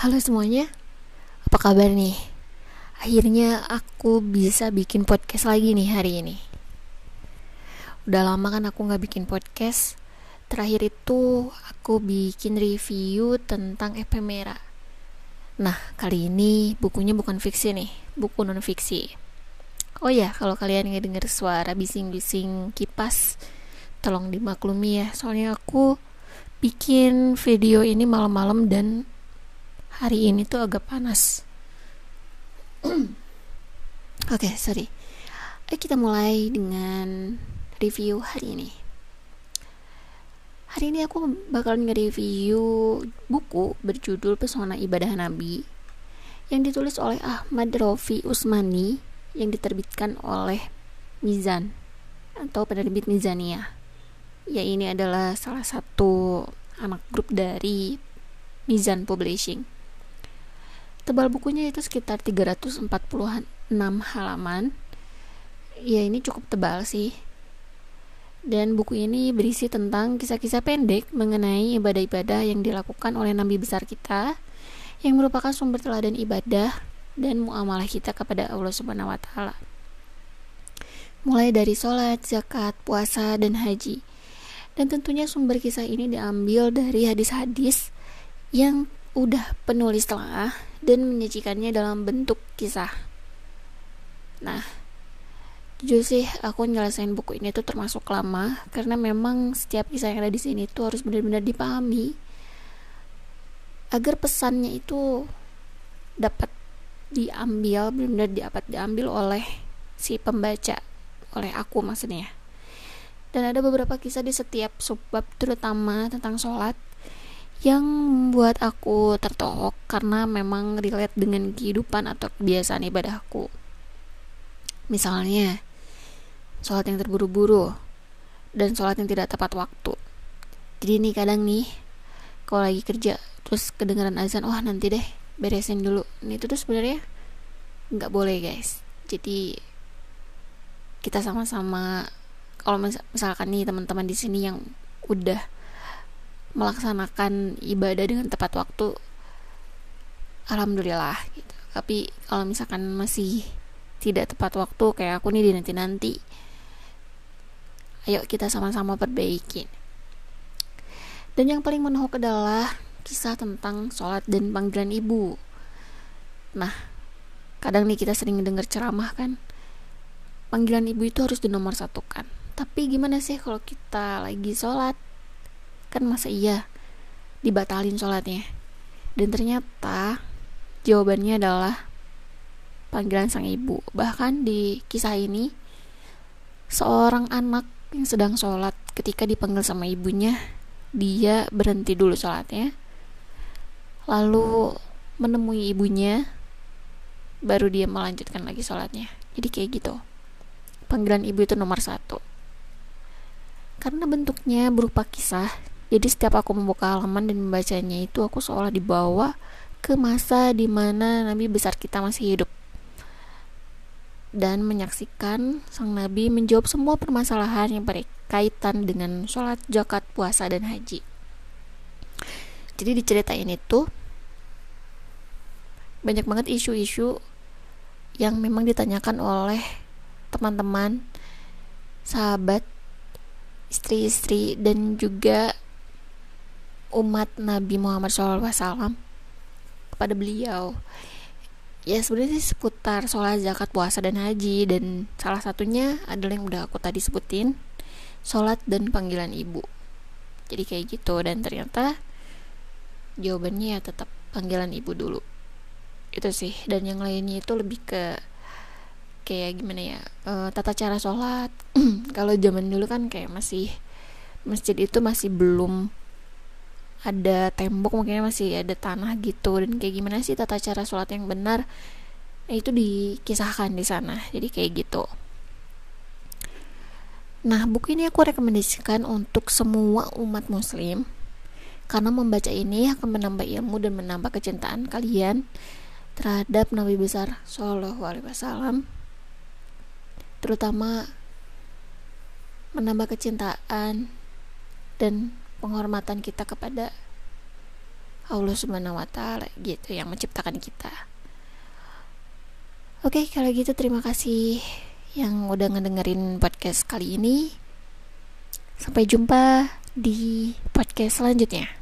Halo semuanya, apa kabar nih? Akhirnya aku bisa bikin podcast lagi nih hari ini. Udah lama kan aku gak bikin podcast. Terakhir itu aku bikin review tentang efemera. Nah, kali ini bukunya bukan fiksi nih, buku non fiksi. Oh ya, kalau kalian ngedenger suara bising-bising kipas, tolong dimaklumi ya, soalnya aku bikin video ini malam-malam dan hari ini tuh agak panas. Oke, sorry. Ayo kita mulai dengan review hari ini. Hari ini aku bakal nge-review buku berjudul Pesona Ibadah Nabi yang ditulis oleh Ahmad Rofi Usmani yang diterbitkan oleh Mizan atau penerbit Mizania. Ya, ini adalah salah satu anak grup dari Mizan Publishing. Tebal bukunya itu sekitar 346 halaman. Ya, ini cukup tebal sih. Dan buku ini berisi tentang kisah-kisah pendek mengenai ibadah-ibadah yang dilakukan oleh Nabi besar kita, yang merupakan sumber teladan ibadah dan muamalah kita kepada Allah Subhanahu wa Ta'ala. Mulai dari sholat, zakat, puasa, dan haji. Dan tentunya sumber kisah ini diambil dari hadis-hadis yang udah penulis telah dan menyajikannya dalam bentuk kisah. Nah, jujur sih aku nyelesain buku ini tuh termasuk lama karena memang setiap kisah yang ada di sini tuh harus benar-benar dipahami agar pesannya itu dapat diambil, benar-benar dapat diambil oleh si pembaca, oleh aku maksudnya. Dan ada beberapa kisah di setiap subbab, terutama tentang sholat, yang membuat aku tertohok karena memang relate dengan kehidupan atau kebiasaan ibadahku. Misalnya, sholat yang terburu-buru dan sholat yang tidak tepat waktu. Jadi nih kadang nih, kalau lagi kerja terus kedengeran azan, nanti deh beresin dulu. Ini tuh sebenarnya nggak boleh guys. Jadi kita sama-sama, kalau misalkan nih teman-teman di sini yang udah melaksanakan ibadah dengan tepat waktu, alhamdulillah gitu. Tapi kalau misalkan masih tidak tepat waktu kayak aku nih di nanti-nanti, ayo kita sama-sama perbaiki. Dan yang paling menohok adalah kisah tentang sholat dan panggilan ibu. Nah, kadang nih kita sering dengar ceramah kan, panggilan ibu itu harus dinomorsatukan. Tapi gimana sih kalau kita lagi sholat? Kan masa iya dibatalin sholatnya? Dan ternyata jawabannya adalah panggilan sang ibu. Bahkan di kisah ini, seorang anak yang sedang sholat, ketika dipanggil sama ibunya, dia berhenti dulu sholatnya, lalu menemui ibunya, baru dia melanjutkan lagi sholatnya. Jadi kayak gitu, panggilan ibu itu nomor 1. Karena bentuknya berupa kisah, jadi setiap aku membuka halaman dan membacanya itu, aku seolah dibawa ke masa di mana Nabi besar kita masih hidup dan menyaksikan sang Nabi menjawab semua permasalahan yang berkaitan dengan sholat, zakat, puasa, dan haji. Jadi di cerita ini tuh banyak banget isu-isu yang memang ditanyakan oleh teman-teman, sahabat, istri-istri, dan juga umat Nabi Muhammad SAW kepada beliau. Ya sebenarnya seputar sholat, zakat, puasa, dan haji. Dan salah satunya adalah yang udah aku tadi sebutin, sholat dan panggilan ibu. Jadi kayak gitu. Dan ternyata jawabannya ya tetap panggilan ibu dulu. Itu sih. Dan yang lainnya itu lebih ke kayak gimana ya, tata cara sholat. Kalau zaman dulu kan kayak masih, masjid itu masih belum ada tembok, mungkin masih ada tanah gitu. Dan kayak gimana sih tata cara sholat yang benar, itu dikisahkan di sana. Jadi kayak gitu. Nah, buku ini aku rekomendasikan untuk semua umat muslim, karena membaca ini akan menambah ilmu dan menambah kecintaan kalian terhadap Nabi besar Shallallahu Alaihi Wasallam, terutama menambah kecintaan dan penghormatan kita kepada Allah Subhanahu wa taala gitu yang menciptakan kita. Oke, kalau gitu terima kasih yang udah ngedengerin podcast kali ini. Sampai jumpa di podcast selanjutnya.